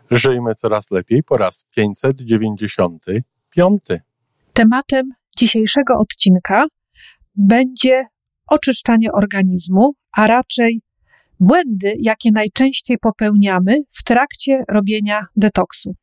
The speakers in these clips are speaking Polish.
Żyjmy coraz lepiej po raz 595. Tematem dzisiejszego odcinka będzie oczyszczanie organizmu, a raczej błędy, jakie najczęściej popełniamy w trakcie robienia detoksu.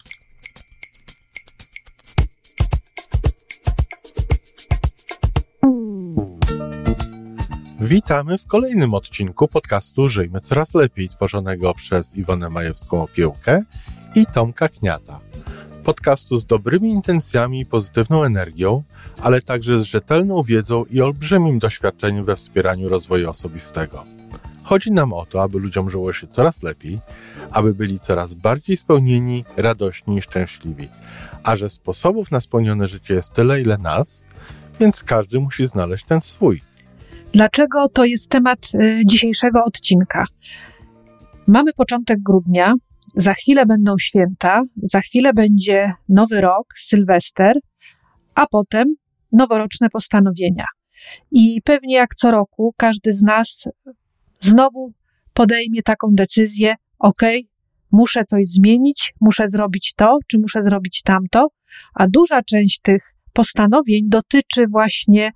Witamy w kolejnym odcinku podcastu Żyjmy Coraz Lepiej, tworzonego przez Iwonę Majewską-Opiełkę i Tomka Kniata. Podcastu z dobrymi intencjami i pozytywną energią, ale także z rzetelną wiedzą i olbrzymim doświadczeniem we wspieraniu rozwoju osobistego. Chodzi nam o to, aby ludziom żyło się coraz lepiej, aby byli coraz bardziej spełnieni, radośni i szczęśliwi. A że sposobów na spełnione życie jest tyle, ile nas, więc każdy musi znaleźć ten swój. Dlaczego to jest temat dzisiejszego odcinka? Mamy początek grudnia, za chwilę będą święta, za chwilę będzie nowy rok, Sylwester, a potem noworoczne postanowienia. I pewnie jak co roku każdy z nas znowu podejmie taką decyzję, muszę coś zmienić, muszę zrobić to, czy muszę zrobić tamto, a duża część tych postanowień dotyczy właśnie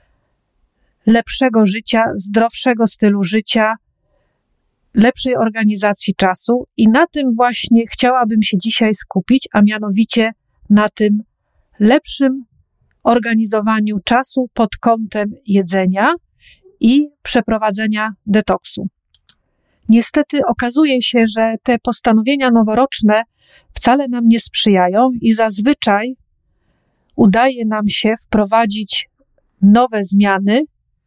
lepszego życia, zdrowszego stylu życia, lepszej organizacji czasu i na tym właśnie chciałabym się dzisiaj skupić, a mianowicie na tym lepszym organizowaniu czasu pod kątem jedzenia i przeprowadzenia detoksu. Niestety okazuje się, że te postanowienia noworoczne wcale nam nie sprzyjają i zazwyczaj udaje nam się wprowadzić nowe zmiany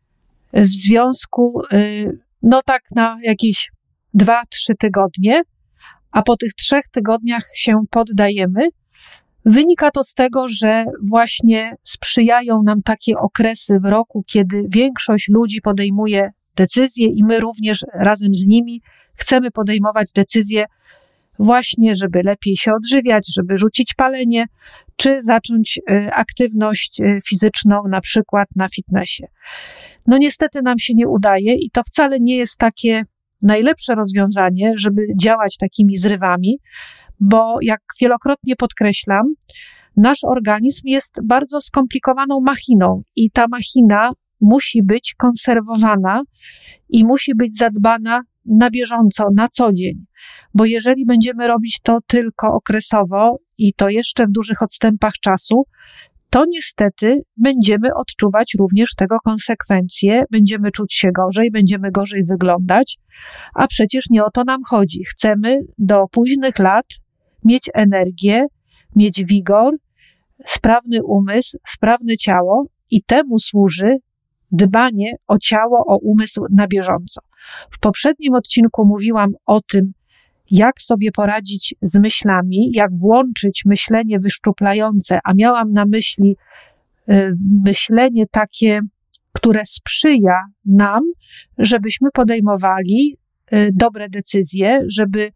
w związku, tak na jakieś 2-3 tygodnie, a po tych 3 tygodniach się poddajemy. Wynika to z tego, że właśnie sprzyjają nam takie okresy w roku, kiedy większość ludzi podejmuje decyzje i my również razem z nimi chcemy podejmować decyzje właśnie, żeby lepiej się odżywiać, żeby rzucić palenie, czy zacząć aktywność fizyczną, na przykład na fitnessie. No niestety nam się nie udaje i to wcale nie jest takie najlepsze rozwiązanie, żeby działać takimi zrywami, bo jak wielokrotnie podkreślam, nasz organizm jest bardzo skomplikowaną machiną i ta machina musi być konserwowana i musi być zadbana na bieżąco, na co dzień, bo jeżeli będziemy robić to tylko okresowo i to jeszcze w dużych odstępach czasu, to niestety będziemy odczuwać również tego konsekwencje, będziemy czuć się gorzej, będziemy gorzej wyglądać, a przecież nie o to nam chodzi. Chcemy do późnych lat mieć energię, mieć wigor, sprawny umysł, sprawne ciało i temu służy dbanie o ciało, o umysł na bieżąco. W poprzednim odcinku mówiłam o tym, jak sobie poradzić z myślami, jak włączyć myślenie wyszczuplające, a miałam na myśli myślenie takie, które sprzyja nam, żebyśmy podejmowali dobre decyzje, żeby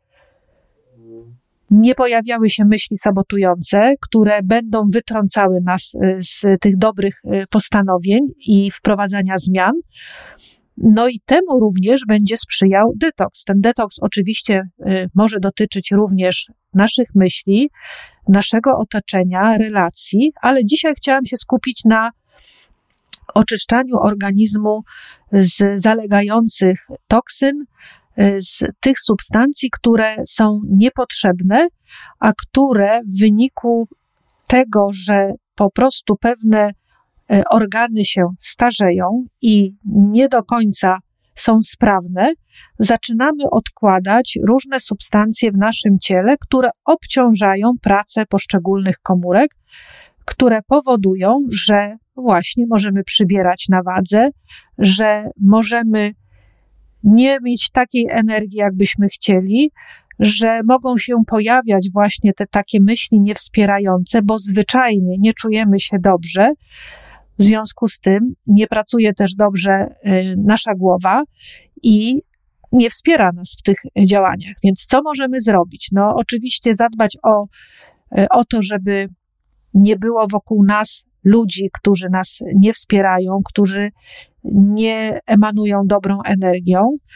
nie pojawiały się myśli sabotujące, które będą wytrącały nas z tych dobrych postanowień i wprowadzania zmian. No i temu również będzie sprzyjał detoks. Ten detoks oczywiście może dotyczyć również naszych myśli, naszego otoczenia, relacji, ale dzisiaj chciałam się skupić na oczyszczaniu organizmu z zalegających toksyn, z tych substancji, które są niepotrzebne, a które w wyniku tego, że po prostu pewne organy się starzeją i nie do końca są sprawne, zaczynamy odkładać różne substancje w naszym ciele, które obciążają pracę poszczególnych komórek, które powodują, że właśnie możemy przybierać na wadze, że możemy nie mieć takiej energii, jakbyśmy chcieli, że mogą się pojawiać właśnie te takie myśli niewspierające, bo zwyczajnie nie czujemy się dobrze. W związku z tym nie pracuje też dobrze nasza głowa i nie wspiera nas w tych działaniach. Więc co możemy zrobić? No oczywiście zadbać o to, żeby nie było wokół nas ludzi, którzy nas nie wspierają, którzy nie emanują dobrą energią.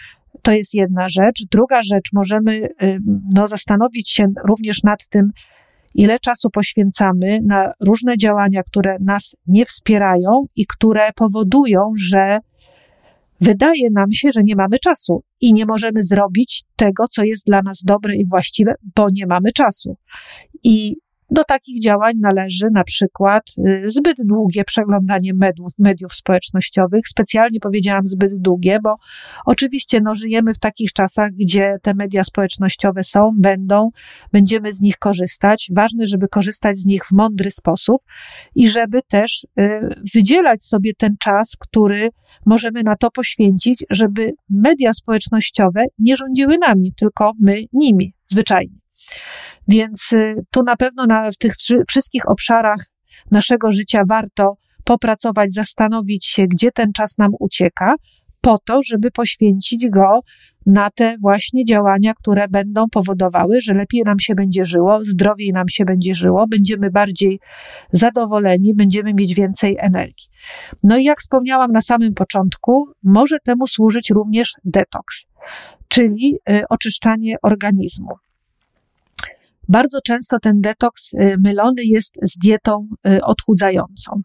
To jest jedna rzecz. Druga rzecz, możemy zastanowić się również nad tym, ile czasu poświęcamy na różne działania, które nas nie wspierają i które powodują, że wydaje nam się, że nie mamy czasu i nie możemy zrobić tego, co jest dla nas dobre i właściwe, bo nie mamy czasu. I do takich działań należy na przykład zbyt długie przeglądanie mediów społecznościowych. Specjalnie powiedziałam zbyt długie, bo oczywiście żyjemy w takich czasach, gdzie te media społecznościowe są, będziemy z nich korzystać. Ważne, żeby korzystać z nich w mądry sposób i żeby też wydzielać sobie ten czas, który możemy na to poświęcić, żeby media społecznościowe nie rządziły nami, tylko my nimi, zwyczajnie. Więc tu na pewno w tych wszystkich obszarach naszego życia warto popracować, zastanowić się, gdzie ten czas nam ucieka, po to, żeby poświęcić go na te właśnie działania, które będą powodowały, że lepiej nam się będzie żyło, zdrowiej nam się będzie żyło, będziemy bardziej zadowoleni, będziemy mieć więcej energii. No i jak wspomniałam na samym początku, może temu służyć również detoks, czyli oczyszczanie organizmu. Bardzo często ten detoks mylony jest z dietą odchudzającą.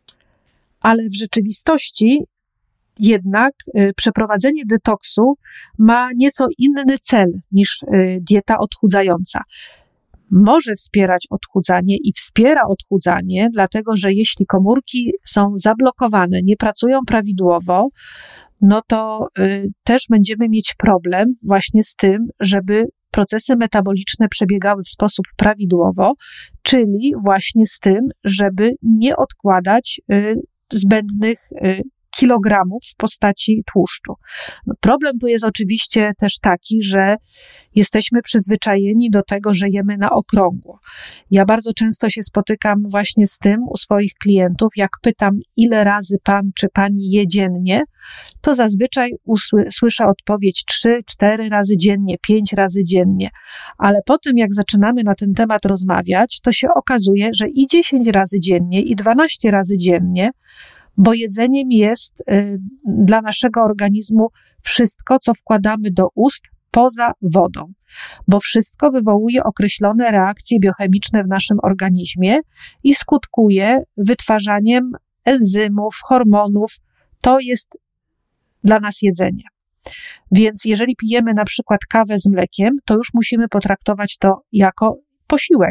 Ale w rzeczywistości jednak przeprowadzenie detoksu ma nieco inny cel niż dieta odchudzająca. Może wspierać odchudzanie i wspiera odchudzanie, dlatego że jeśli komórki są zablokowane, nie pracują prawidłowo, no to też będziemy mieć problem właśnie z tym, żeby procesy metaboliczne przebiegały w sposób prawidłowo, czyli właśnie z tym, żeby nie odkładać zbędnych kilogramów w postaci tłuszczu. Problem tu jest oczywiście też taki, że jesteśmy przyzwyczajeni do tego, że jemy na okrągło. Ja bardzo często się spotykam właśnie z tym u swoich klientów, jak pytam, ile razy pan czy pani je dziennie, to zazwyczaj słyszę odpowiedź 3-4 razy dziennie, 5 razy dziennie. Ale po tym, jak zaczynamy na ten temat rozmawiać, to się okazuje, że i 10 razy dziennie, i 12 razy dziennie, bo jedzeniem jest dla naszego organizmu wszystko, co wkładamy do ust poza wodą, bo wszystko wywołuje określone reakcje biochemiczne w naszym organizmie i skutkuje wytwarzaniem enzymów, hormonów. To jest dla nas jedzenie. Więc jeżeli pijemy na przykład kawę z mlekiem, to już musimy potraktować to jako posiłek.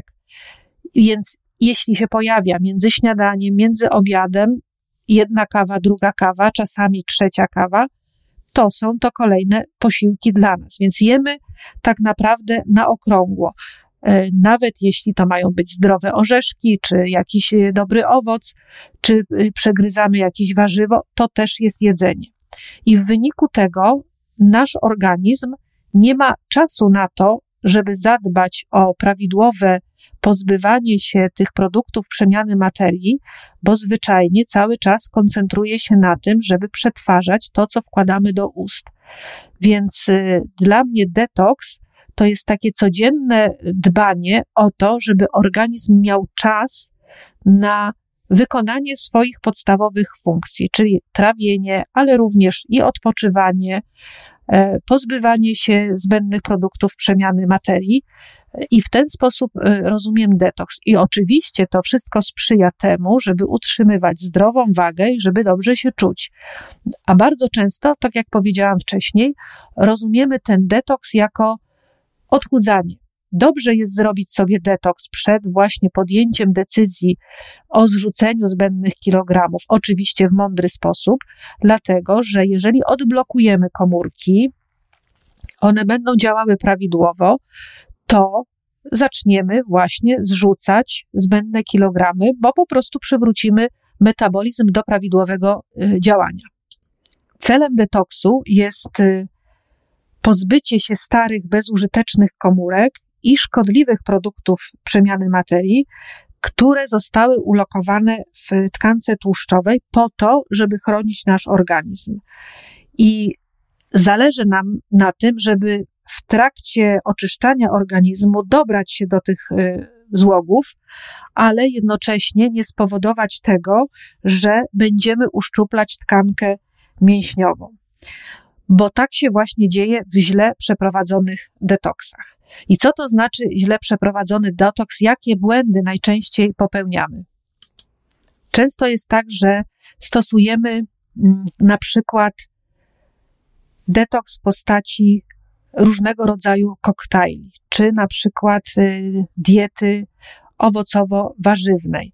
Więc jeśli się pojawia między śniadaniem, między obiadem, jedna kawa, druga kawa, czasami trzecia kawa, to są to kolejne posiłki dla nas. Więc jemy tak naprawdę na okrągło. Nawet jeśli to mają być zdrowe orzeszki, czy jakiś dobry owoc, czy przegryzamy jakieś warzywo, to też jest jedzenie. I w wyniku tego nasz organizm nie ma czasu na to, żeby zadbać o prawidłowe pozbywanie się tych produktów przemiany materii, bo zwyczajnie cały czas koncentruje się na tym, żeby przetwarzać to, co wkładamy do ust. Więc dla mnie detoks to jest takie codzienne dbanie o to, żeby organizm miał czas na wykonanie swoich podstawowych funkcji, czyli trawienie, ale również i odpoczywanie, pozbywanie się zbędnych produktów przemiany materii i w ten sposób rozumiem detoks. I oczywiście to wszystko sprzyja temu, żeby utrzymywać zdrową wagę i żeby dobrze się czuć. A bardzo często, tak jak powiedziałam wcześniej, rozumiemy ten detoks jako odchudzanie. Dobrze jest zrobić sobie detoks przed właśnie podjęciem decyzji o zrzuceniu zbędnych kilogramów, oczywiście w mądry sposób, dlatego że jeżeli odblokujemy komórki, one będą działały prawidłowo, to zaczniemy właśnie zrzucać zbędne kilogramy, bo po prostu przywrócimy metabolizm do prawidłowego działania. Celem detoksu jest pozbycie się starych, bezużytecznych komórek i szkodliwych produktów przemiany materii, które zostały ulokowane w tkance tłuszczowej po to, żeby chronić nasz organizm. I zależy nam na tym, żeby w trakcie oczyszczania organizmu dobrać się do tych złogów, ale jednocześnie nie spowodować tego, że będziemy uszczuplać tkankę mięśniową. bo tak się właśnie dzieje w źle przeprowadzonych detoksach. I co to znaczy źle przeprowadzony detoks? Jakie błędy najczęściej popełniamy? Często jest tak, że stosujemy na przykład detoks w postaci różnego rodzaju koktajli, czy na przykład diety owocowo-warzywnej.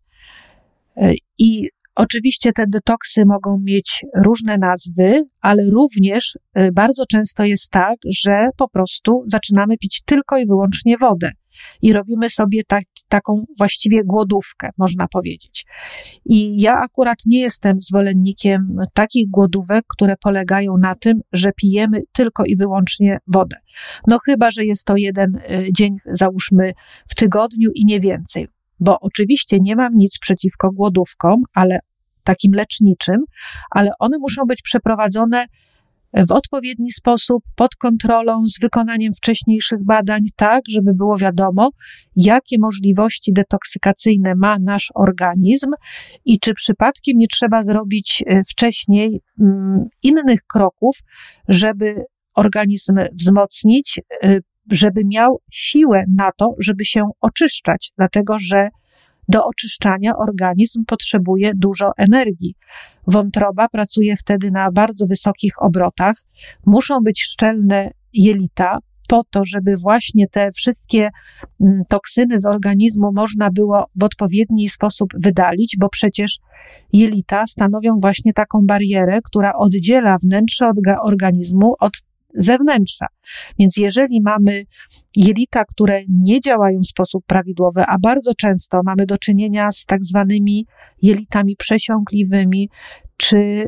I oczywiście te detoksy mogą mieć różne nazwy, ale również bardzo często jest tak, że po prostu zaczynamy pić tylko i wyłącznie wodę i robimy sobie taką właściwie głodówkę, można powiedzieć. I ja akurat nie jestem zwolennikiem takich głodówek, które polegają na tym, że pijemy tylko i wyłącznie wodę. No chyba, że jest to jeden dzień, załóżmy, w tygodniu i nie więcej. Bo oczywiście nie mam nic przeciwko głodówkom, ale takim leczniczym, ale one muszą być przeprowadzone w odpowiedni sposób, pod kontrolą, z wykonaniem wcześniejszych badań, tak, żeby było wiadomo, jakie możliwości detoksykacyjne ma nasz organizm i czy przypadkiem nie trzeba zrobić wcześniej innych kroków, żeby organizm wzmocnić, żeby miał siłę na to, żeby się oczyszczać, dlatego że do oczyszczania organizm potrzebuje dużo energii. Wątroba pracuje wtedy na bardzo wysokich obrotach. Muszą być szczelne jelita po to, żeby właśnie te wszystkie toksyny z organizmu można było w odpowiedni sposób wydalić, bo przecież jelita stanowią właśnie taką barierę, która oddziela wnętrze organizmu od zewnętrza. Więc jeżeli mamy jelita, które nie działają w sposób prawidłowy, a bardzo często mamy do czynienia z tak zwanymi jelitami przesiąkliwymi, czy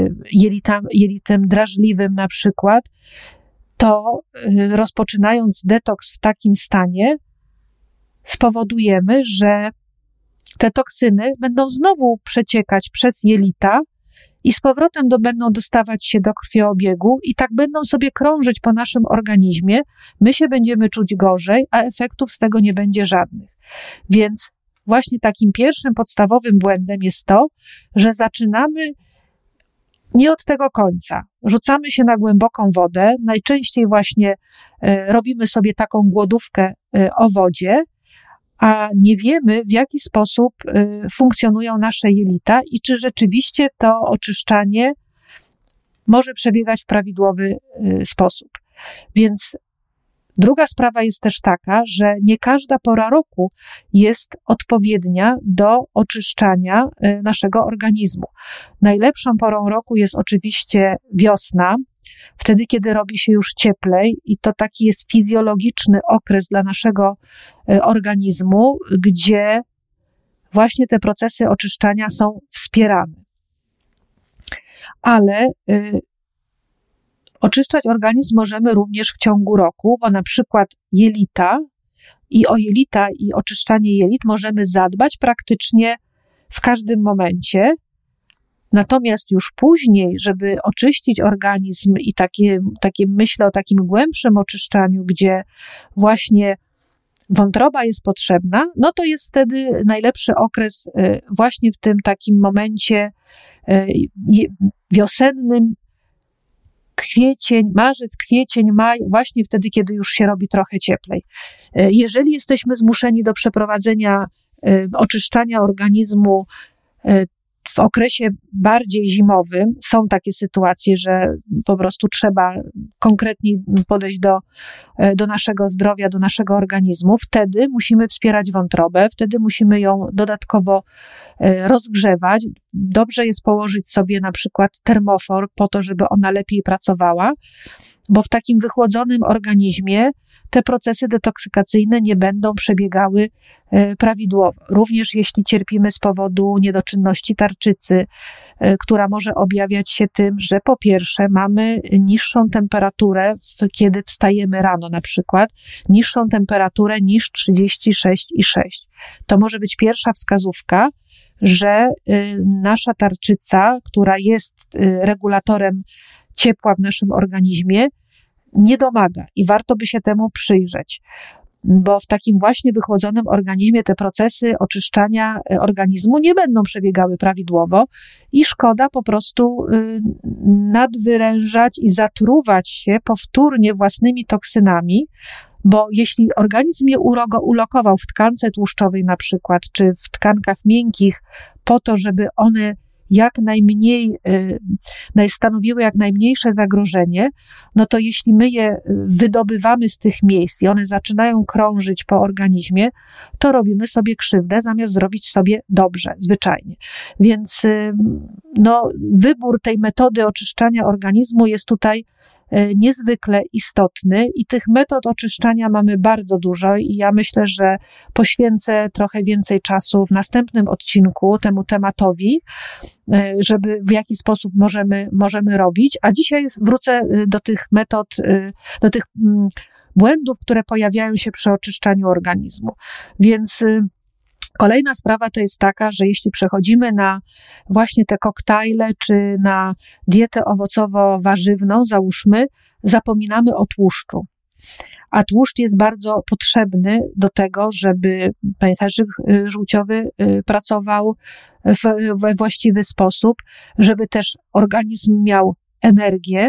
jelitem drażliwym na przykład, to rozpoczynając detoks w takim stanie spowodujemy, że te toksyny będą znowu przeciekać przez jelita i z powrotem będą dostawać się do krwiobiegu i tak będą sobie krążyć po naszym organizmie. My się będziemy czuć gorzej, a efektów z tego nie będzie żadnych. Więc właśnie takim pierwszym podstawowym błędem jest to, że zaczynamy nie od tego końca. Rzucamy się na głęboką wodę. Najczęściej właśnie robimy sobie taką głodówkę o wodzie, a nie wiemy, w jaki sposób funkcjonują nasze jelita i czy rzeczywiście to oczyszczanie może przebiegać w prawidłowy sposób. Więc druga sprawa jest też taka, że nie każda pora roku jest odpowiednia do oczyszczania naszego organizmu. Najlepszą porą roku jest oczywiście wiosna, wtedy, kiedy robi się już cieplej i to taki jest fizjologiczny okres dla naszego organizmu, gdzie właśnie te procesy oczyszczania są wspierane. Ale oczyszczać organizm możemy również w ciągu roku, bo na przykład jelita i oczyszczanie jelit możemy zadbać praktycznie w każdym momencie. Natomiast już później, żeby oczyścić organizm i takie myślę o takim głębszym oczyszczaniu, gdzie właśnie wątroba jest potrzebna, no to jest wtedy najlepszy okres właśnie w tym takim momencie wiosennym, marzec, kwiecień, maj, właśnie wtedy, kiedy już się robi trochę cieplej. Jeżeli jesteśmy zmuszeni do przeprowadzenia oczyszczania organizmu w okresie bardziej zimowym, są takie sytuacje, że po prostu trzeba konkretnie podejść do naszego zdrowia, do naszego organizmu. Wtedy musimy wspierać wątrobę, wtedy musimy ją dodatkowo rozgrzewać. Dobrze jest położyć sobie na przykład termofor po to, żeby ona lepiej pracowała, bo w takim wychłodzonym organizmie te procesy detoksykacyjne nie będą przebiegały prawidłowo. Również jeśli cierpimy z powodu niedoczynności tarczycy, która może objawiać się tym, że po pierwsze mamy niższą temperaturę, kiedy wstajemy rano na przykład, niższą temperaturę niż 36,6. To może być pierwsza wskazówka, że nasza tarczyca, która jest regulatorem ciepła w naszym organizmie, nie domaga i warto by się temu przyjrzeć. bo w takim właśnie wychłodzonym organizmie te procesy oczyszczania organizmu nie będą przebiegały prawidłowo i szkoda po prostu nadwyrężać i zatruwać się powtórnie własnymi toksynami, bo jeśli organizm je ulokował w tkance tłuszczowej na przykład, czy w tkankach miękkich po to, żeby one jak najmniej, stanowiły jak najmniejsze zagrożenie, no to jeśli my je wydobywamy z tych miejsc i one zaczynają krążyć po organizmie, to robimy sobie krzywdę, zamiast zrobić sobie dobrze, zwyczajnie. Więc wybór tej metody oczyszczania organizmu jest tutaj niezwykle istotny i tych metod oczyszczania mamy bardzo dużo i ja myślę, że poświęcę trochę więcej czasu w następnym odcinku temu tematowi, żeby w jaki sposób możemy robić, a dzisiaj wrócę do tych metod, do tych błędów, które pojawiają się przy oczyszczaniu organizmu. Więc kolejna sprawa to jest taka, że jeśli przechodzimy na właśnie te koktajle, czy na dietę owocowo-warzywną, załóżmy, zapominamy o tłuszczu. A tłuszcz jest bardzo potrzebny do tego, żeby pęcherzyk żółciowy pracował we właściwy sposób, żeby też organizm miał energię,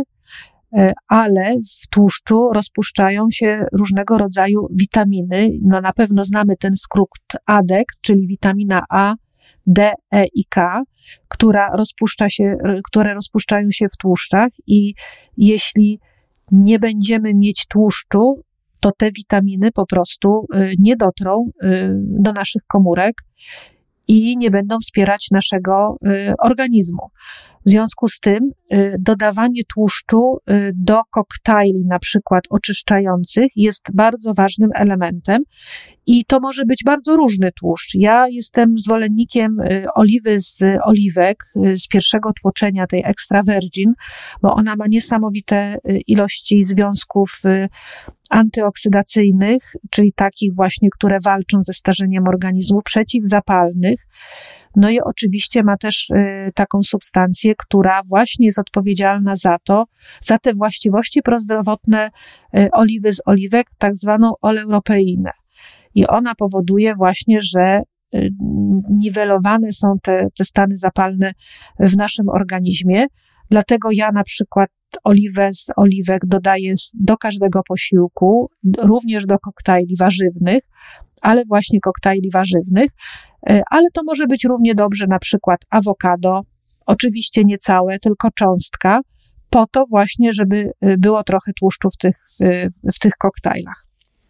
ale w tłuszczu rozpuszczają się różnego rodzaju witaminy. No na pewno znamy ten skrót ADEK, czyli witamina A, D, E i K, które rozpuszczają się w tłuszczach i jeśli nie będziemy mieć tłuszczu, to te witaminy po prostu nie dotrą do naszych komórek i nie będą wspierać naszego organizmu. W związku z tym dodawanie tłuszczu do koktajli, na przykład oczyszczających, jest bardzo ważnym elementem i to może być bardzo różny tłuszcz. Ja jestem zwolennikiem oliwy z oliwek, z pierwszego tłoczenia, tej extra virgin, bo ona ma niesamowite ilości związków antyoksydacyjnych, czyli takich właśnie, które walczą ze starzeniem organizmu, przeciwzapalnych. No i oczywiście ma też taką substancję, która właśnie jest odpowiedzialna za te właściwości prozdrowotne oliwy z oliwek, tak zwaną oleuropeinę. I ona powoduje właśnie, że niwelowane są te stany zapalne w naszym organizmie. Dlatego ja na przykład oliwę z oliwek dodaję do każdego posiłku, również do koktajli warzywnych, ale właśnie koktajli warzywnych, ale to może być równie dobrze na przykład awokado, oczywiście nie całe, tylko cząstka, po to właśnie, żeby było trochę tłuszczu w tych koktajlach.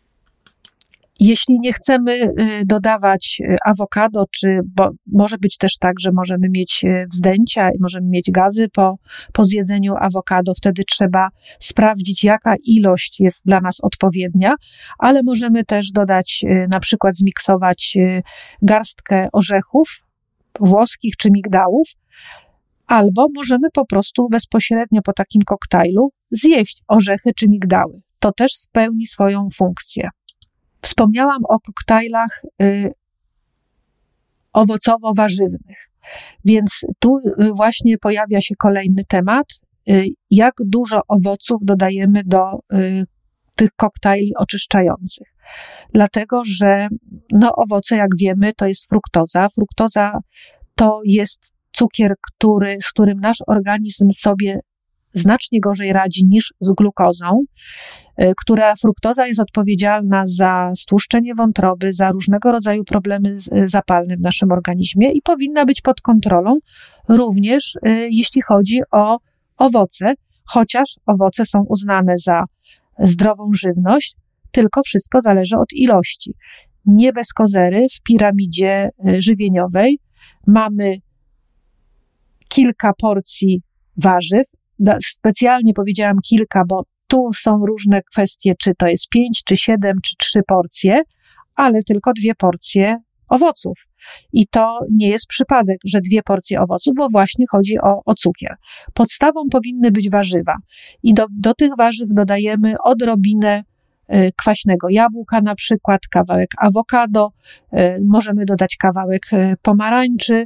Jeśli nie chcemy dodawać awokado, bo może być też tak, że możemy mieć wzdęcia i możemy mieć gazy po zjedzeniu awokado, wtedy trzeba sprawdzić, jaka ilość jest dla nas odpowiednia, ale możemy też dodać, na przykład zmiksować garstkę orzechów włoskich czy migdałów, albo możemy po prostu bezpośrednio po takim koktajlu zjeść orzechy czy migdały. To też spełni swoją funkcję. Wspomniałam o koktajlach owocowo-warzywnych, więc tu właśnie pojawia się kolejny temat, jak dużo owoców dodajemy do tych koktajli oczyszczających. Dlatego, że owoce, jak wiemy, to jest fruktoza. Fruktoza to jest cukier, z którym nasz organizm sobie znacznie gorzej radzi niż z glukozą, fruktoza jest odpowiedzialna za stłuszczenie wątroby, za różnego rodzaju problemy zapalne w naszym organizmie i powinna być pod kontrolą również jeśli chodzi o owoce, chociaż owoce są uznane za zdrową żywność, tylko wszystko zależy od ilości. Nie bez kozery w piramidzie żywieniowej mamy kilka porcji warzyw. Specjalnie powiedziałam kilka, bo tu są różne kwestie, czy to jest 5, czy 7, czy 3 porcje, ale tylko 2 porcje owoców. I to nie jest przypadek, że 2 porcje owoców, bo właśnie chodzi o cukier. Podstawą powinny być warzywa. I do tych warzyw dodajemy odrobinę kwaśnego jabłka, na przykład kawałek awokado, możemy dodać kawałek pomarańczy,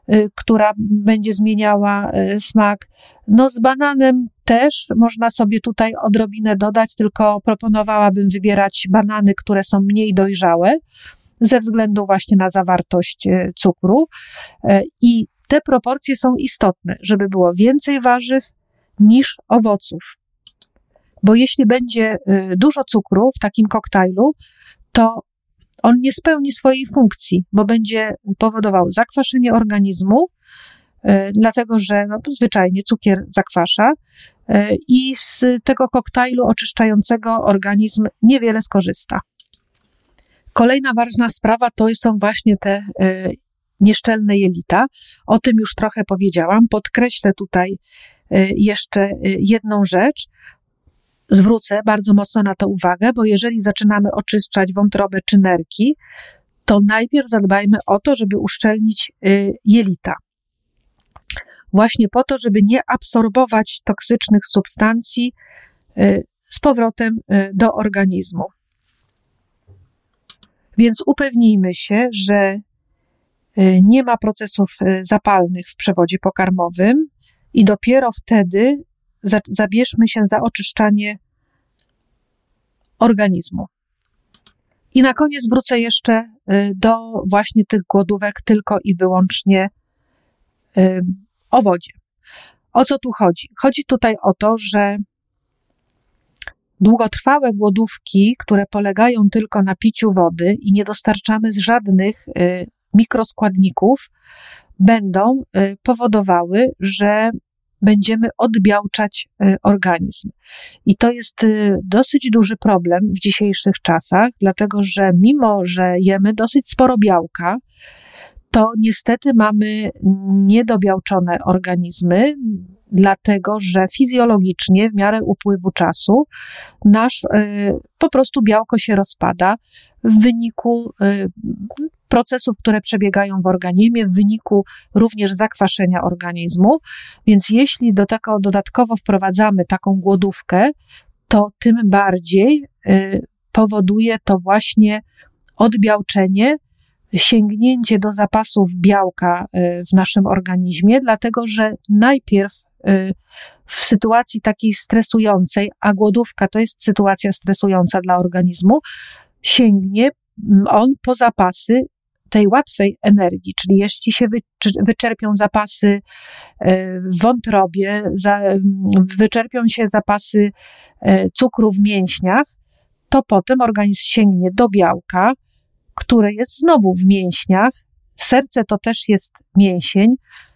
która będzie zmieniała smak. No z bananem też można sobie tutaj odrobinę dodać, tylko proponowałabym wybierać banany, które są mniej dojrzałe, ze względu właśnie na zawartość cukru. I te proporcje są istotne, żeby było więcej warzyw niż owoców. Bo jeśli będzie dużo cukru w takim koktajlu, to on nie spełni swojej funkcji, bo będzie powodował zakwaszenie organizmu, dlatego że zwyczajnie cukier zakwasza i z tego koktajlu oczyszczającego organizm niewiele skorzysta. Kolejna ważna sprawa to są właśnie te nieszczelne jelita. O tym już trochę powiedziałam. Podkreślę tutaj jeszcze jedną rzecz. Zwrócę bardzo mocno na to uwagę, bo jeżeli zaczynamy oczyszczać wątrobę czy nerki, to najpierw zadbajmy o to, żeby uszczelnić jelita. Właśnie po to, żeby nie absorbować toksycznych substancji z powrotem do organizmu. Więc upewnijmy się, że nie ma procesów zapalnych w przewodzie pokarmowym i dopiero wtedy zabierzmy się za oczyszczanie organizmu. I na koniec wrócę jeszcze do właśnie tych głodówek tylko i wyłącznie o wodzie. O co tu chodzi? Chodzi tutaj o to, że długotrwałe głodówki, które polegają tylko na piciu wody i nie dostarczamy żadnych mikroskładników, będą powodowały, że będziemy odbiałczać organizm. I to jest dosyć duży problem w dzisiejszych czasach, dlatego że mimo, że jemy dosyć sporo białka, to niestety mamy niedobiałczone organizmy, dlatego że fizjologicznie w miarę upływu czasu po prostu białko się rozpada w wyniku procesów, które przebiegają w organizmie, w wyniku również zakwaszenia organizmu. Więc jeśli do tego dodatkowo wprowadzamy taką głodówkę, to tym bardziej powoduje to właśnie odbiałczenie, sięgnięcie do zapasów białka w naszym organizmie, dlatego że najpierw w sytuacji takiej stresującej, a głodówka to jest sytuacja stresująca dla organizmu, sięgnie on po zapasy tej łatwej energii, czyli jeśli się wyczerpią zapasy w wątrobie, wyczerpią się zapasy cukru w mięśniach, to potem organizm sięgnie do białka, które jest znowu w mięśniach. Serce to też jest mięsień.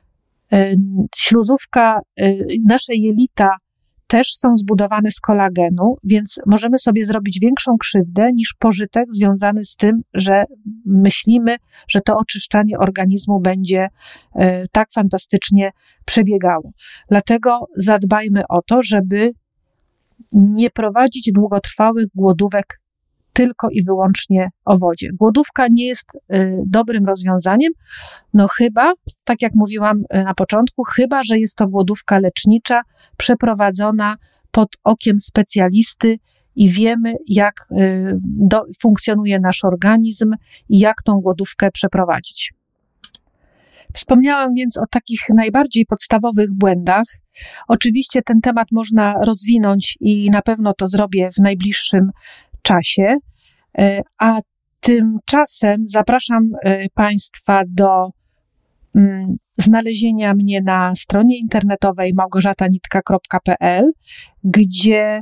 Śluzówka, nasze jelita też są zbudowane z kolagenu, więc możemy sobie zrobić większą krzywdę niż pożytek związany z tym, że myślimy, że to oczyszczanie organizmu będzie tak fantastycznie przebiegało. Dlatego zadbajmy o to, żeby nie prowadzić długotrwałych głodówek tylko i wyłącznie o wodzie. Głodówka nie jest dobrym rozwiązaniem, no chyba, tak jak mówiłam na początku, chyba że jest to głodówka lecznicza przeprowadzona pod okiem specjalisty i wiemy, jak funkcjonuje nasz organizm i jak tą głodówkę przeprowadzić. Wspomniałam więc o takich najbardziej podstawowych błędach. Oczywiście ten temat można rozwinąć i na pewno to zrobię w najbliższym czasie, a tymczasem zapraszam Państwa do znalezienia mnie na stronie internetowej małgorzatanitka.pl, gdzie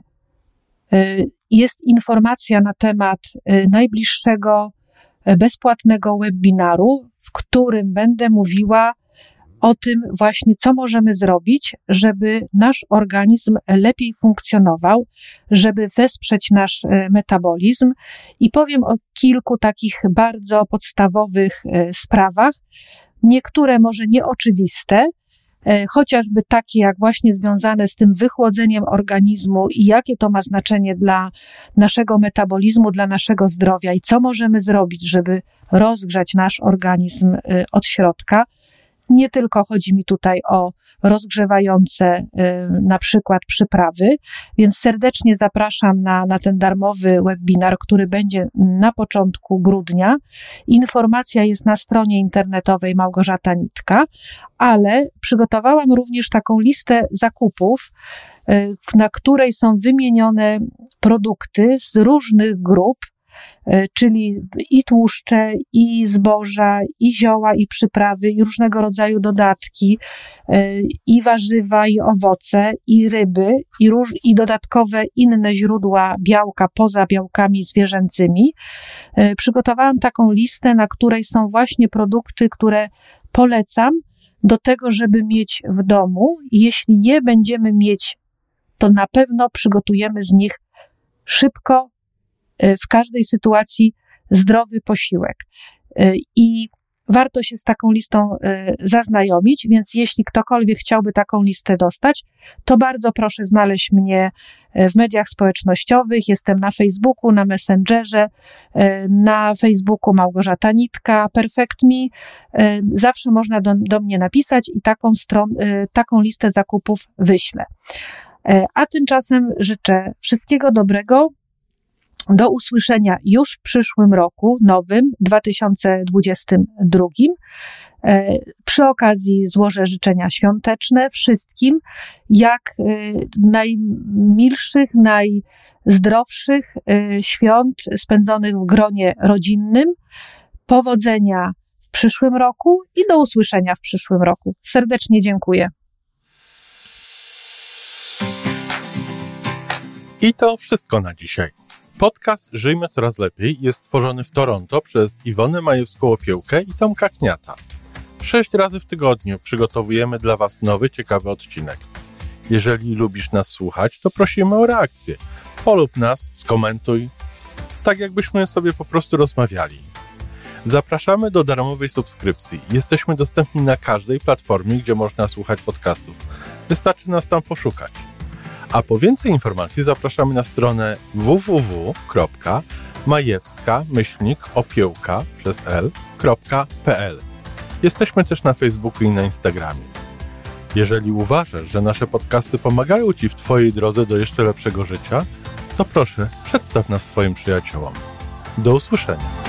jest informacja na temat najbliższego bezpłatnego webinaru, w którym będę mówiła o tym właśnie, co możemy zrobić, żeby nasz organizm lepiej funkcjonował, żeby wesprzeć nasz metabolizm i powiem o kilku takich bardzo podstawowych sprawach, niektóre może nieoczywiste, chociażby takie jak właśnie związane z tym wychłodzeniem organizmu i jakie to ma znaczenie dla naszego metabolizmu, dla naszego zdrowia i co możemy zrobić, żeby rozgrzać nasz organizm od środka. Nie tylko chodzi mi tutaj o rozgrzewające na przykład przyprawy, więc serdecznie zapraszam na ten darmowy webinar, który będzie na początku grudnia. Informacja jest na stronie internetowej Małgorzata Nitka, ale przygotowałam również taką listę zakupów, na której są wymienione produkty z różnych grup, czyli i tłuszcze, i zboża, i zioła, i przyprawy, i różnego rodzaju dodatki, i warzywa, i owoce, i ryby, i dodatkowe inne źródła białka poza białkami zwierzęcymi. Przygotowałam taką listę, na której są właśnie produkty, które polecam do tego, żeby mieć w domu. Jeśli je będziemy mieć, to na pewno przygotujemy z nich szybko, w każdej sytuacji zdrowy posiłek. I warto się z taką listą zaznajomić, więc jeśli ktokolwiek chciałby taką listę dostać, to bardzo proszę znaleźć mnie w mediach społecznościowych. Jestem na Facebooku, na Messengerze, na Facebooku Małgorzata Nitka, Perfect Me. Zawsze można do mnie napisać i taką listę zakupów wyślę. A tymczasem życzę wszystkiego dobrego. Do usłyszenia już w przyszłym roku, nowym, 2022. Przy okazji złożę życzenia świąteczne wszystkim, jak najmilszych, najzdrowszych świąt spędzonych w gronie rodzinnym. Powodzenia w przyszłym roku i do usłyszenia w przyszłym roku. Serdecznie dziękuję. I to wszystko na dzisiaj. Podcast Żyjmy Coraz Lepiej jest stworzony w Toronto przez Iwonę Majewską-Opiełkę i Tomka Kniata. 6 razy w tygodniu przygotowujemy dla Was nowy, ciekawy odcinek. Jeżeli lubisz nas słuchać, to prosimy o reakcję. Polub nas, skomentuj, tak jakbyśmy sobie po prostu rozmawiali. Zapraszamy do darmowej subskrypcji. Jesteśmy dostępni na każdej platformie, gdzie można słuchać podcastów. Wystarczy nas tam poszukać. A po więcej informacji zapraszamy na stronę www.majewska-opiełka.pl. Jesteśmy też na Facebooku i na Instagramie. Jeżeli uważasz, że nasze podcasty pomagają Ci w Twojej drodze do jeszcze lepszego życia, to proszę, przedstaw nas swoim przyjaciołom. Do usłyszenia.